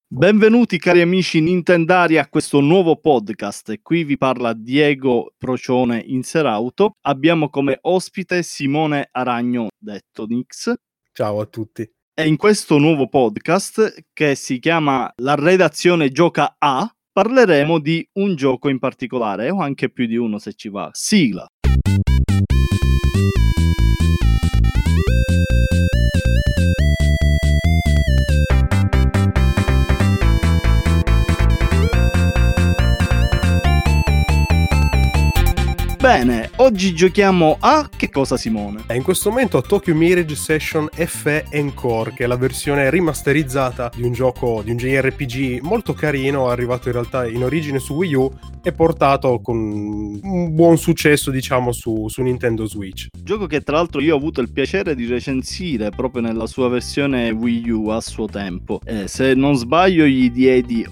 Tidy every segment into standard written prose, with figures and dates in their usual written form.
Benvenuti cari amici nintendari a questo nuovo podcast. Qui vi parla Diego Procione in Serauto. Abbiamo come ospite Simone Aragno, detto Nix. Ciao a tutti. E in questo nuovo podcast, che si chiama La redazione gioca a, parleremo di un gioco in particolare, o anche più di uno se ci va. Sigla! Bene, oggi giochiamo a che cosa, Simone? In questo momento a Tokyo Mirage Session FE Encore, che è la versione rimasterizzata di un gioco, di un JRPG molto carino, arrivato in realtà in origine su Wii U e portato con un buon successo, diciamo, su Nintendo Switch. Gioco che tra l'altro io ho avuto il piacere di recensire proprio nella sua versione Wii U a suo tempo. Se non sbaglio gli diedi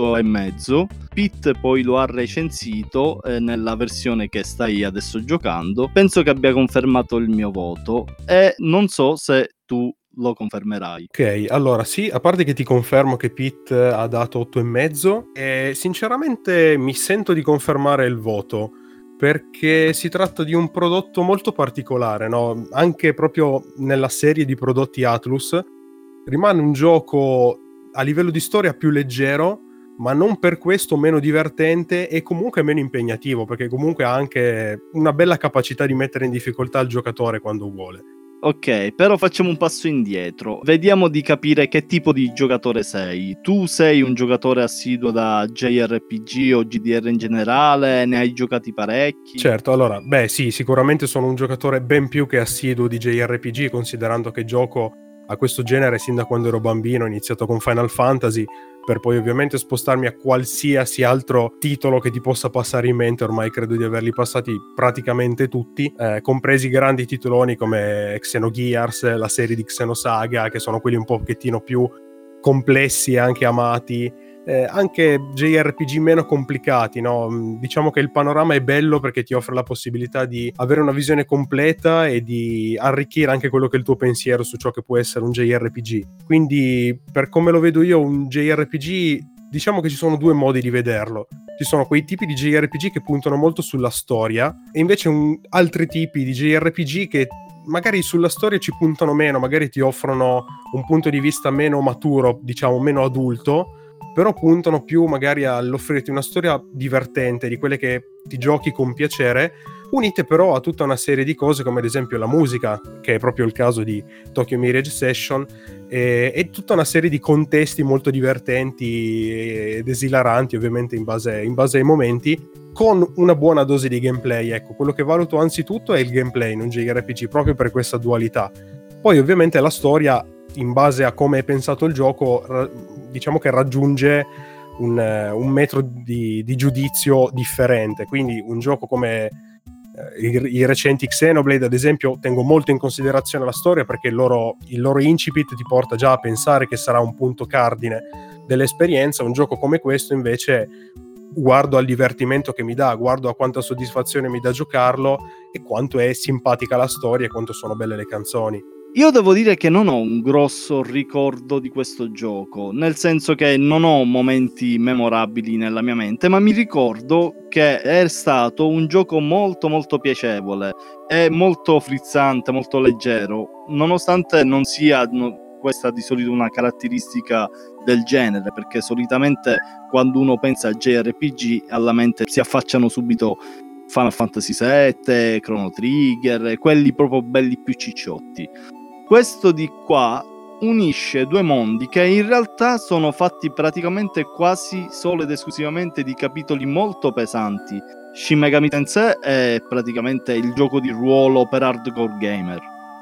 8,5. Pete poi lo ha recensito nella versione che stai adesso giocando. Penso che abbia confermato il mio voto e non so se tu lo confermerai. Ok, allora sì, a parte che ti confermo che Pete ha dato 8,5 e sinceramente mi sento di confermare il voto, perché si tratta di un prodotto molto particolare, no? Anche proprio nella serie di prodotti Atlus rimane un gioco a livello di storia più leggero, ma non per questo meno divertente e comunque meno impegnativo, perché comunque ha anche una bella capacità di mettere in difficoltà il giocatore quando vuole. Ok, però facciamo un passo indietro. Vediamo di capire che tipo di giocatore sei. Tu sei un giocatore assiduo da JRPG o GDR in generale? Ne hai giocati parecchi? Certo, allora, beh sì, sicuramente sono un giocatore ben più che assiduo di JRPG, considerando che gioco a questo genere sin da quando ero bambino. Ho iniziato con Final Fantasy, per poi ovviamente spostarmi a qualsiasi altro titolo che ti possa passare in mente. Ormai credo di averli passati praticamente tutti, compresi grandi titoloni come Xenogears, la serie di Xenosaga, che sono quelli un pochettino più complessi e anche amati. Anche JRPG meno complicati, no? Diciamo che il panorama è bello perché ti offre la possibilità di avere una visione completa e di arricchire anche quello che è il tuo pensiero su ciò che può essere un JRPG. Quindi, per come lo vedo io, un JRPG, diciamo che ci sono due modi di vederlo. Ci sono quei tipi di JRPG che puntano molto sulla storia e invece altri tipi di JRPG che magari sulla storia ci puntano meno, magari ti offrono un punto di vista meno maturo, diciamo meno adulto, però puntano più magari all'offrirti una storia divertente, di quelle che ti giochi con piacere, unite però a tutta una serie di cose come ad esempio la musica, che è proprio il caso di Tokyo Mirage Session, e tutta una serie di contesti molto divertenti ed esilaranti, ovviamente in base ai momenti, con una buona dose di gameplay. Ecco, quello che valuto anzitutto è il gameplay in un JRPG, proprio per questa dualità. Poi ovviamente la storia, in base a come è pensato il gioco, diciamo che raggiunge un metro di giudizio differente. Quindi un gioco come i recenti Xenoblade, ad esempio, tengo molto in considerazione la storia, perché il loro incipit ti porta già a pensare che sarà un punto cardine dell'esperienza. Un gioco come questo invece guardo al divertimento che mi dà, guardo a quanta soddisfazione mi dà giocarlo e quanto è simpatica la storia e quanto sono belle le canzoni. Io devo dire che non ho un grosso ricordo di questo gioco, nel senso che non ho momenti memorabili nella mia mente, ma mi ricordo che è stato un gioco molto molto piacevole e molto frizzante, molto leggero, nonostante non sia questa di solito una caratteristica del genere, perché solitamente quando uno pensa a JRPG alla mente si affacciano subito Final Fantasy VII, Chrono Trigger, quelli proprio belli più cicciotti. Questo di qua unisce due mondi che in realtà sono fatti praticamente quasi solo ed esclusivamente di capitoli molto pesanti. Shin Megami Tensei è praticamente il gioco di ruolo per hardcore gamer,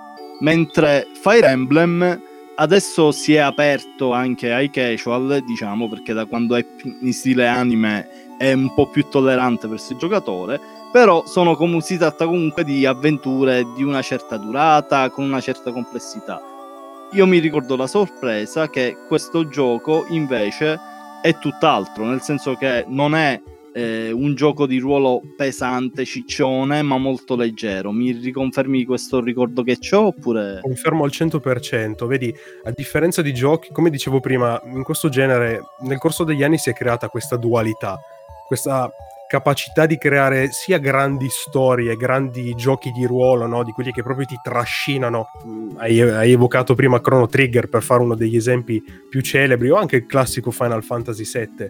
mentre Fire Emblem adesso si è aperto anche ai casual, diciamo, perché da quando è in stile anime è un po' più tollerante verso il giocatore. Però si tratta comunque di avventure di una certa durata, con una certa complessità. Io mi ricordo la sorpresa che questo gioco invece è tutt'altro, nel senso che non è un gioco di ruolo pesante, ciccione, ma molto leggero. Mi riconfermi questo ricordo che c'ho oppure? Confermo al 100%. Vedi, a differenza di giochi, come dicevo prima, in questo genere nel corso degli anni si è creata questa dualità, questa capacità di creare sia grandi storie, grandi giochi di ruolo, no? Di quelli che proprio ti trascinano. Hai evocato prima Chrono Trigger per fare uno degli esempi più celebri, o anche il classico Final Fantasy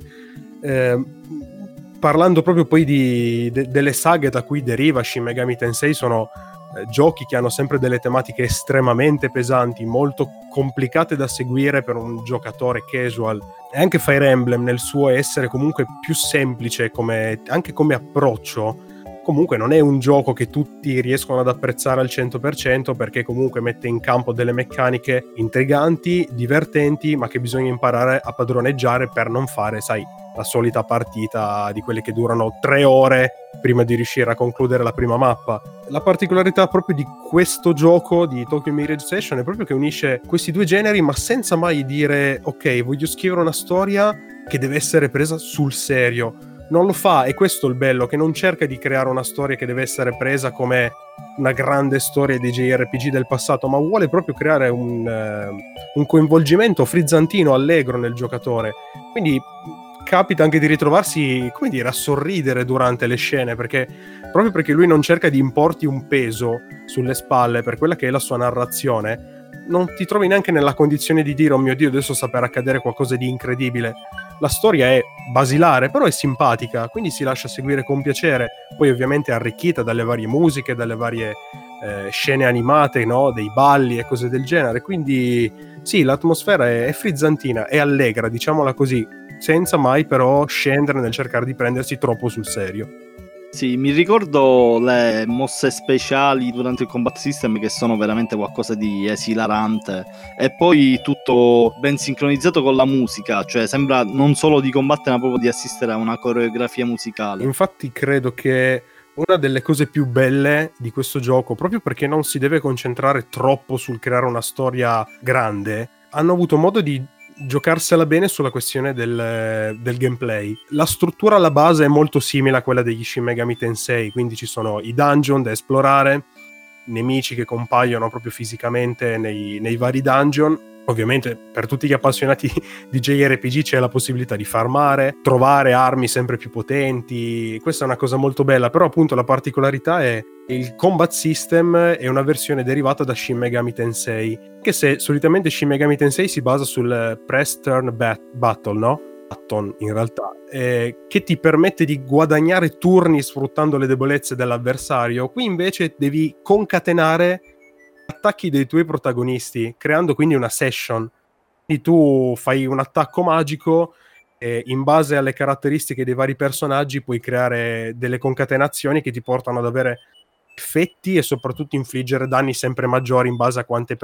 VII. Parlando proprio poi delle saghe da cui deriva Shin Megami Tensei, sono giochi che hanno sempre delle tematiche estremamente pesanti, molto complicate da seguire per un giocatore casual. E anche Fire Emblem, nel suo essere comunque più semplice anche come approccio, comunque non è un gioco che tutti riescono ad apprezzare al 100%, perché comunque mette in campo delle meccaniche intriganti, divertenti, ma che bisogna imparare a padroneggiare per non fare, sai, la solita partita di quelle che durano 3 ore prima di riuscire a concludere la prima mappa. La particolarità proprio di questo gioco di Tokyo Mirage Session è proprio che unisce questi due generi, ma senza mai dire ok, voglio scrivere una storia che deve essere presa sul serio. Non lo fa, e questo è il bello, che non cerca di creare una storia che deve essere presa come una grande storia dei JRPG del passato, ma vuole proprio creare un coinvolgimento frizzantino, allegro nel giocatore. Quindi capita anche di ritrovarsi, come dire, a sorridere durante le scene, proprio perché lui non cerca di importi un peso sulle spalle per quella che è la sua narrazione, non ti trovi neanche nella condizione di dire oh mio Dio, adesso sta per accadere qualcosa di incredibile. La storia è basilare, però è simpatica, quindi si lascia seguire con piacere. Poi ovviamente arricchita dalle varie musiche, dalle varie scene animate, no? Dei balli e cose del genere. Quindi sì, l'atmosfera è frizzantina, è allegra, diciamola così, senza mai però scendere nel cercare di prendersi troppo sul serio. Sì, mi ricordo le mosse speciali durante il combat system, che sono veramente qualcosa di esilarante, e poi tutto ben sincronizzato con la musica, cioè sembra non solo di combattere ma proprio di assistere a una coreografia musicale. Infatti credo che una delle cose più belle di questo gioco, proprio perché non si deve concentrare troppo sul creare una storia grande, hanno avuto modo di giocarsela bene sulla questione del gameplay. La struttura alla base è molto simile a quella degli Shin Megami Tensei, quindi ci sono i dungeon da esplorare, nemici che compaiono proprio fisicamente nei vari dungeon. Ovviamente per tutti gli appassionati di JRPG c'è la possibilità di farmare, trovare armi sempre più potenti, questa è una cosa molto bella, però appunto la particolarità è il combat system è una versione derivata da Shin Megami Tensei, che se solitamente Shin Megami Tensei si basa sul press turn battle, no? Button in realtà, che ti permette di guadagnare turni sfruttando le debolezze dell'avversario. Qui invece devi concatenare attacchi dei tuoi protagonisti, creando quindi una session. Quindi tu fai un attacco magico e in base alle caratteristiche dei vari personaggi puoi creare delle concatenazioni che ti portano ad avere effetti e soprattutto infliggere danni sempre maggiori in base a quanti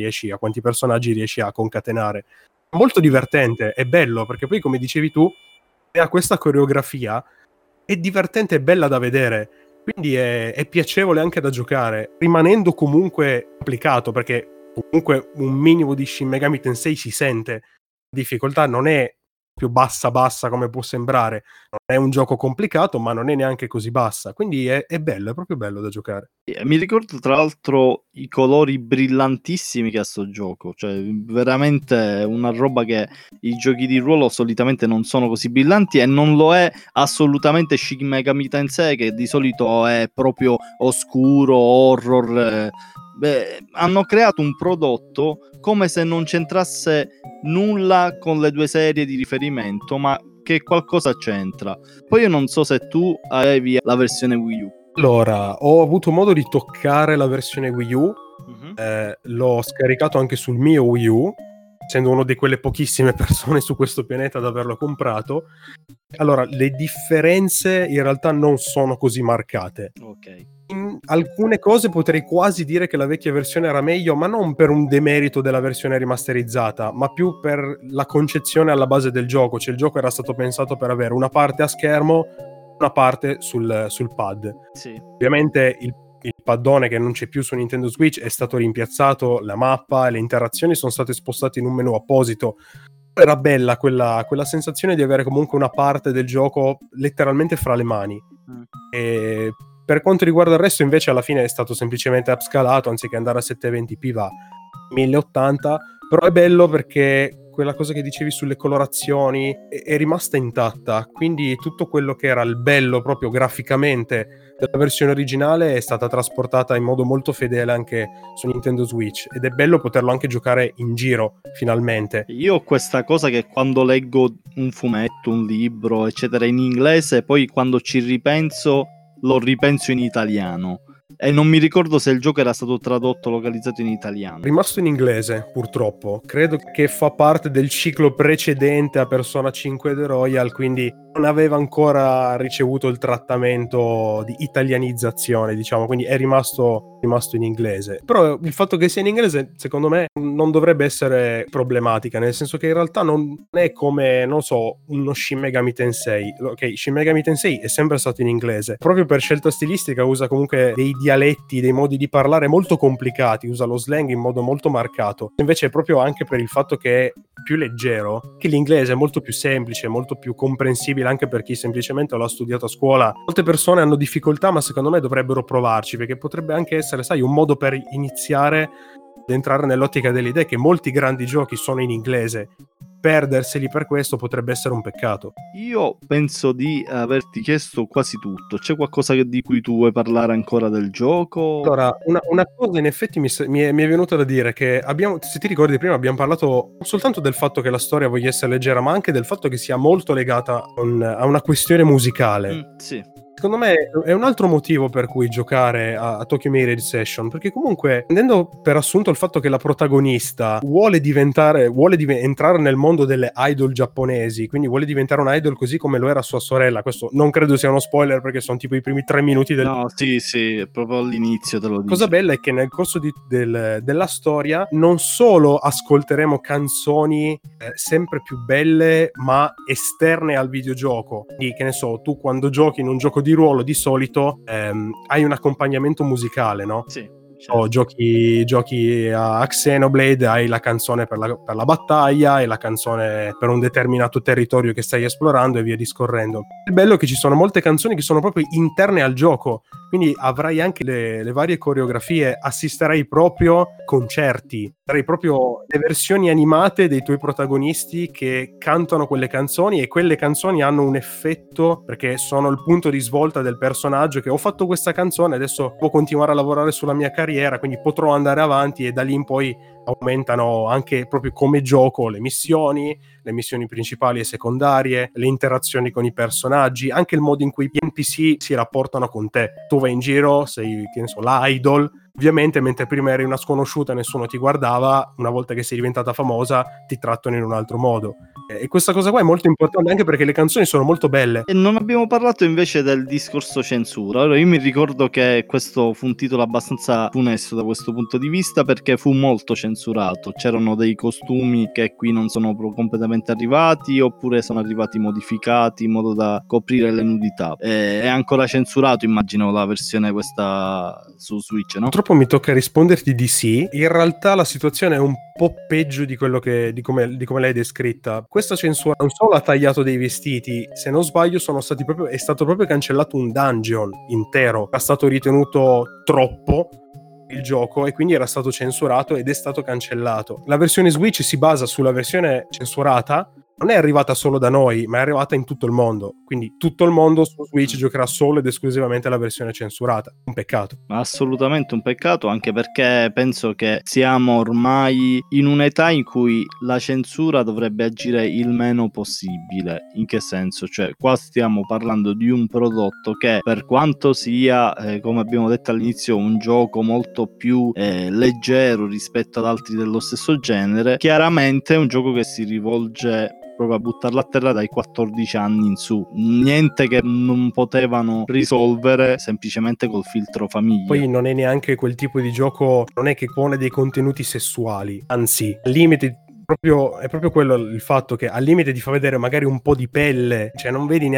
personaggi riesci a concatenare. Molto divertente, è bello, perché poi come dicevi tu, ha questa coreografia, è divertente e bella da vedere, quindi è piacevole anche da giocare, rimanendo comunque complicato, perché comunque un minimo di Shin Megami Tensei si sente. La difficoltà non è più bassa come può sembrare, non è un gioco complicato ma non è neanche così bassa, quindi è bello, è proprio bello da giocare. Mi ricordo tra l'altro i colori brillantissimi che ha sto gioco, cioè veramente una roba che i giochi di ruolo solitamente non sono così brillanti, e non lo è assolutamente Shin Megami Tensei, che di solito è proprio oscuro, horror. Hanno creato un prodotto come se non c'entrasse nulla con le due serie di riferimento, ma che qualcosa c'entra. Poi io non so se tu avevi la versione Wii U. Allora, ho avuto modo di toccare la versione Wii U, l'ho scaricato anche sul mio Wii U, essendo una di quelle pochissime persone su questo pianeta ad averlo comprato. Allora, le differenze in realtà non sono così marcate. Ok. In alcune cose potrei quasi dire che la vecchia versione era meglio, ma non per un demerito della versione rimasterizzata, ma più per la concezione alla base del gioco. Cioè il gioco era stato pensato per avere una parte a schermo, una parte sul pad. Sì. Ovviamente il paddone che non c'è più su Nintendo Switch è stato rimpiazzato, la mappa e le interazioni sono state spostate in un menu apposito. era bella quella sensazione di avere comunque una parte del gioco letteralmente fra le mani. E per quanto riguarda il resto invece alla fine è stato semplicemente upscalato, anziché andare a 720p va 1080, però è bello perché quella cosa che dicevi sulle colorazioni è rimasta intatta, quindi tutto quello che era il bello proprio graficamente della versione originale è stata trasportata in modo molto fedele anche su Nintendo Switch, ed è bello poterlo anche giocare in giro finalmente. Io ho questa cosa che quando leggo un fumetto, un libro, eccetera, in inglese, poi quando ci ripenso lo ripenso in italiano. E non mi ricordo se il gioco era stato tradotto, localizzato in italiano. Rimasto in inglese, purtroppo. Credo che fa parte del ciclo precedente a Persona 5 The Royal, quindi non aveva ancora ricevuto il trattamento di italianizzazione, diciamo, quindi è rimasto in inglese. Però il fatto che sia in inglese, secondo me, non dovrebbe essere problematica, nel senso che in realtà non è come, non so, uno Shin Megami Tensei. Ok, Shin Megami Tensei è sempre stato in inglese, proprio per scelta stilistica usa comunque dei dialetti, dei modi di parlare molto complicati, usa lo slang in modo molto marcato. Invece è proprio anche per il fatto che è più leggero, che l'inglese è molto più semplice, molto più comprensibile anche per chi semplicemente lo ha studiato a scuola. Molte persone hanno difficoltà, ma secondo me dovrebbero provarci, perché potrebbe anche essere, sai, un modo per iniziare ad entrare nell'ottica delle idee che molti grandi giochi sono in inglese. Perderseli per questo potrebbe essere un peccato. Io penso di averti chiesto quasi tutto. C'è qualcosa di cui tu vuoi parlare ancora del gioco? Allora, una cosa in effetti mi è venuta da dire, che se ti ricordi prima abbiamo parlato non soltanto del fatto che la storia voglia essere leggera, ma anche del fatto che sia molto legata a una questione musicale. Sì. Secondo me è un altro motivo per cui giocare a Tokyo Mirage Session, perché comunque, prendendo per assunto il fatto che la protagonista vuole entrare nel mondo delle idol giapponesi, quindi vuole diventare un idol così come lo era sua sorella. Questo non credo sia uno spoiler, perché sono tipo i primi 3 minuti del... No, sì, proprio all'inizio te lo dico. Cosa bella è che nel corso della storia non solo ascolteremo canzoni sempre più belle, ma esterne al videogioco. Quindi, che ne so, tu quando giochi in un gioco di ruolo di solito hai un accompagnamento musicale, no? Sì. Certo. O giochi a Xenoblade, hai la canzone per la battaglia, hai la canzone per un determinato territorio che stai esplorando e via discorrendo. Il bello è che ci sono molte canzoni che sono proprio interne al gioco, quindi avrai anche le varie coreografie, assisterai proprio concerti, avrai proprio le versioni animate dei tuoi protagonisti che cantano quelle canzoni, e quelle canzoni hanno un effetto perché sono il punto di svolta del personaggio, che ho fatto questa canzone, adesso può continuare a lavorare sulla mia carriera, quindi potrò andare avanti, e da lì in poi aumentano anche proprio come gioco le missioni principali e secondarie, le interazioni con i personaggi, anche il modo in cui gli NPC si rapportano con te. Tu vai in giro, sei, che ne so, l'idol, ovviamente mentre prima eri una sconosciuta e nessuno ti guardava, una volta che sei diventata famosa ti trattano in un altro modo. E questa cosa qua è molto importante anche perché le canzoni sono molto belle. E non abbiamo parlato invece del discorso censura. Allora, io mi ricordo che questo fu un titolo abbastanza funesto da questo punto di vista, perché fu molto censurato. C'erano dei costumi che qui non sono completamente arrivati, oppure sono arrivati modificati in modo da coprire le nudità. È ancora censurato, immagino, la versione questa su Switch, no? Purtroppo mi tocca risponderti di sì. In realtà la situazione è un po' peggio di come l'hai descritta. Questa censura non solo ha tagliato dei vestiti, se non sbaglio è stato proprio cancellato un dungeon intero. Era stato ritenuto troppo il gioco e quindi era stato censurato ed è stato cancellato. La versione Switch si basa sulla versione censurata, non è arrivata solo da noi, ma è arrivata in tutto il mondo. Quindi tutto il mondo su Switch giocherà solo ed esclusivamente la versione censurata. Un peccato. Assolutamente un peccato, anche perché penso che siamo ormai in un'età in cui la censura dovrebbe agire il meno possibile. In che senso? Cioè, qua stiamo parlando di un prodotto che, per quanto sia, come abbiamo detto all'inizio, un gioco molto più leggero rispetto ad altri dello stesso genere, chiaramente è un gioco che si rivolge proprio a buttarla a terra dai 14 anni in su. Niente che non potevano risolvere semplicemente col filtro famiglia. Poi non è neanche quel tipo di gioco, non è che pone dei contenuti sessuali, anzi, al limite È proprio quello il fatto che al limite ti fa vedere magari un po' di pelle, cioè non vedi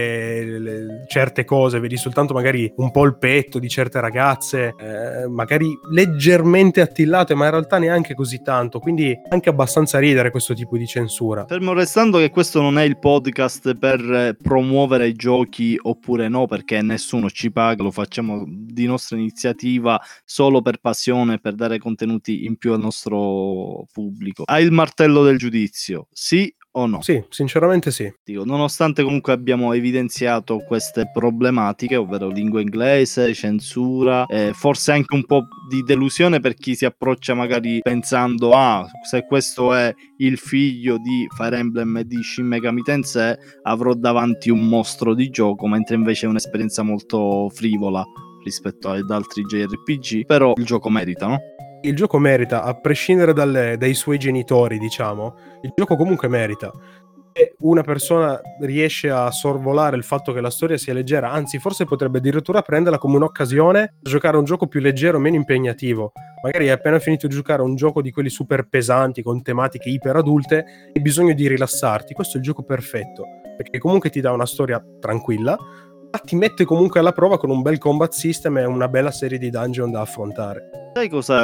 neanche certe cose, vedi soltanto magari un po' il petto di certe ragazze, magari leggermente attillate, ma in realtà neanche così tanto, quindi anche abbastanza ridere questo tipo di censura. Fermo restando che questo non è il podcast per promuovere i giochi oppure no, perché nessuno ci paga, lo facciamo di nostra iniziativa solo per passione, per dare contenuti in più al nostro pubblico. Hai il martello del giudizio, sì o no? Sì, sinceramente sì. Nonostante comunque abbiamo evidenziato queste problematiche, ovvero lingua inglese, censura, forse anche un po' di delusione per chi si approccia magari pensando se questo è il figlio di Fire Emblem e di Shin Megami Tensei avrò davanti un mostro di gioco, mentre invece è un'esperienza molto frivola rispetto ad altri JRPG, però il gioco merita, no? Il gioco merita, a prescindere dai suoi genitori, diciamo, il gioco comunque merita. E una persona riesce a sorvolare il fatto che la storia sia leggera, anzi forse potrebbe addirittura prenderla come un'occasione per giocare a un gioco più leggero, meno impegnativo. Magari hai appena finito di giocare a un gioco di quelli super pesanti, con tematiche iper adulte, e hai bisogno di rilassarti. Questo è il gioco perfetto, perché comunque ti dà una storia tranquilla, ma ti mette comunque alla prova con un bel combat system e una bella serie di dungeon da affrontare. Sai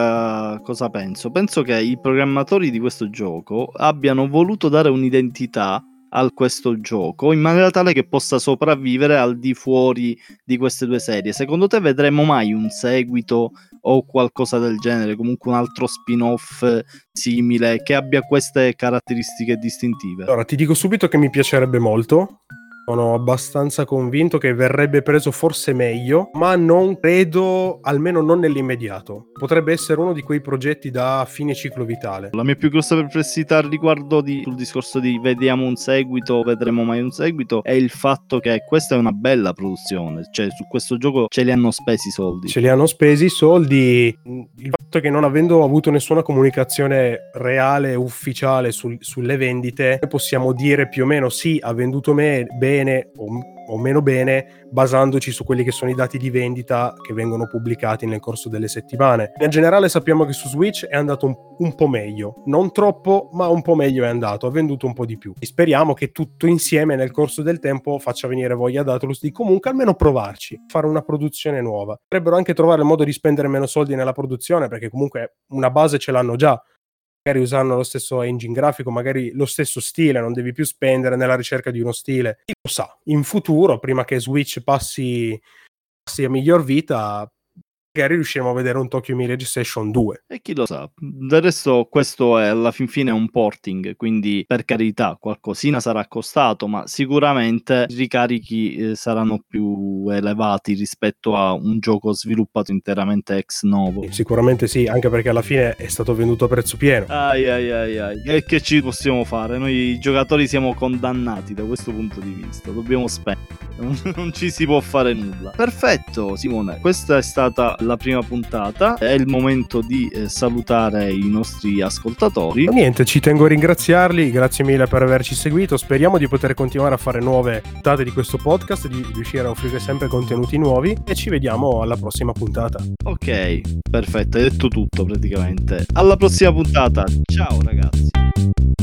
cosa penso? Penso che i programmatori di questo gioco abbiano voluto dare un'identità a questo gioco in maniera tale che possa sopravvivere al di fuori di queste due serie. Secondo te vedremo mai un seguito o qualcosa del genere, comunque un altro spin-off simile che abbia queste caratteristiche distintive? Allora, ti dico subito che mi piacerebbe molto. Sono abbastanza convinto che verrebbe preso forse meglio, ma non credo, almeno non nell'immediato. Potrebbe essere uno di quei progetti da fine ciclo vitale. La mia più grossa perplessità riguardo sul discorso di vediamo un seguito, vedremo mai un seguito, è il fatto che questa è una bella produzione, cioè su questo gioco ce li hanno spesi i soldi. Ce li hanno spesi i soldi. Il fatto è che non avendo avuto nessuna comunicazione reale, ufficiale sulle vendite, possiamo dire più o meno sì, ha venduto bene o meno bene, basandoci su quelli che sono i dati di vendita che vengono pubblicati nel corso delle settimane. In generale sappiamo che su Switch è andato un po' meglio, non troppo, ma un po' meglio è andato, ha venduto un po' di più. E speriamo che tutto insieme nel corso del tempo faccia venire voglia ad Atlus di comunque almeno provarci, fare una produzione nuova. Potrebbero anche trovare il modo di spendere meno soldi nella produzione, perché comunque una base ce l'hanno già. Magari usando lo stesso engine grafico, magari lo stesso stile, non devi più spendere nella ricerca di uno stile. Chi lo sa, in futuro, prima che Switch passi a miglior vita, magari riusciremo a vedere un Tokyo Mirage Session 2. E chi lo sa, del resto questo è alla fin fine un porting, quindi per carità qualcosina sarà costato, ma sicuramente i ricarichi saranno più elevati rispetto a un gioco sviluppato interamente ex novo. Sicuramente sì, anche perché alla fine è stato venduto a prezzo pieno. Ai. E che ci possiamo fare? Noi giocatori siamo condannati da questo punto di vista, dobbiamo spendere, non ci si può fare nulla. Perfetto Simone, questa è stata la prima puntata, è il momento di salutare i nostri ascoltatori. Niente, ci tengo a ringraziarli, grazie mille per averci seguito, speriamo di poter continuare a fare nuove puntate di questo podcast, di riuscire a offrire sempre contenuti nuovi e ci vediamo alla prossima puntata. Ok, perfetto, hai detto tutto praticamente. Alla prossima puntata, ciao ragazzi.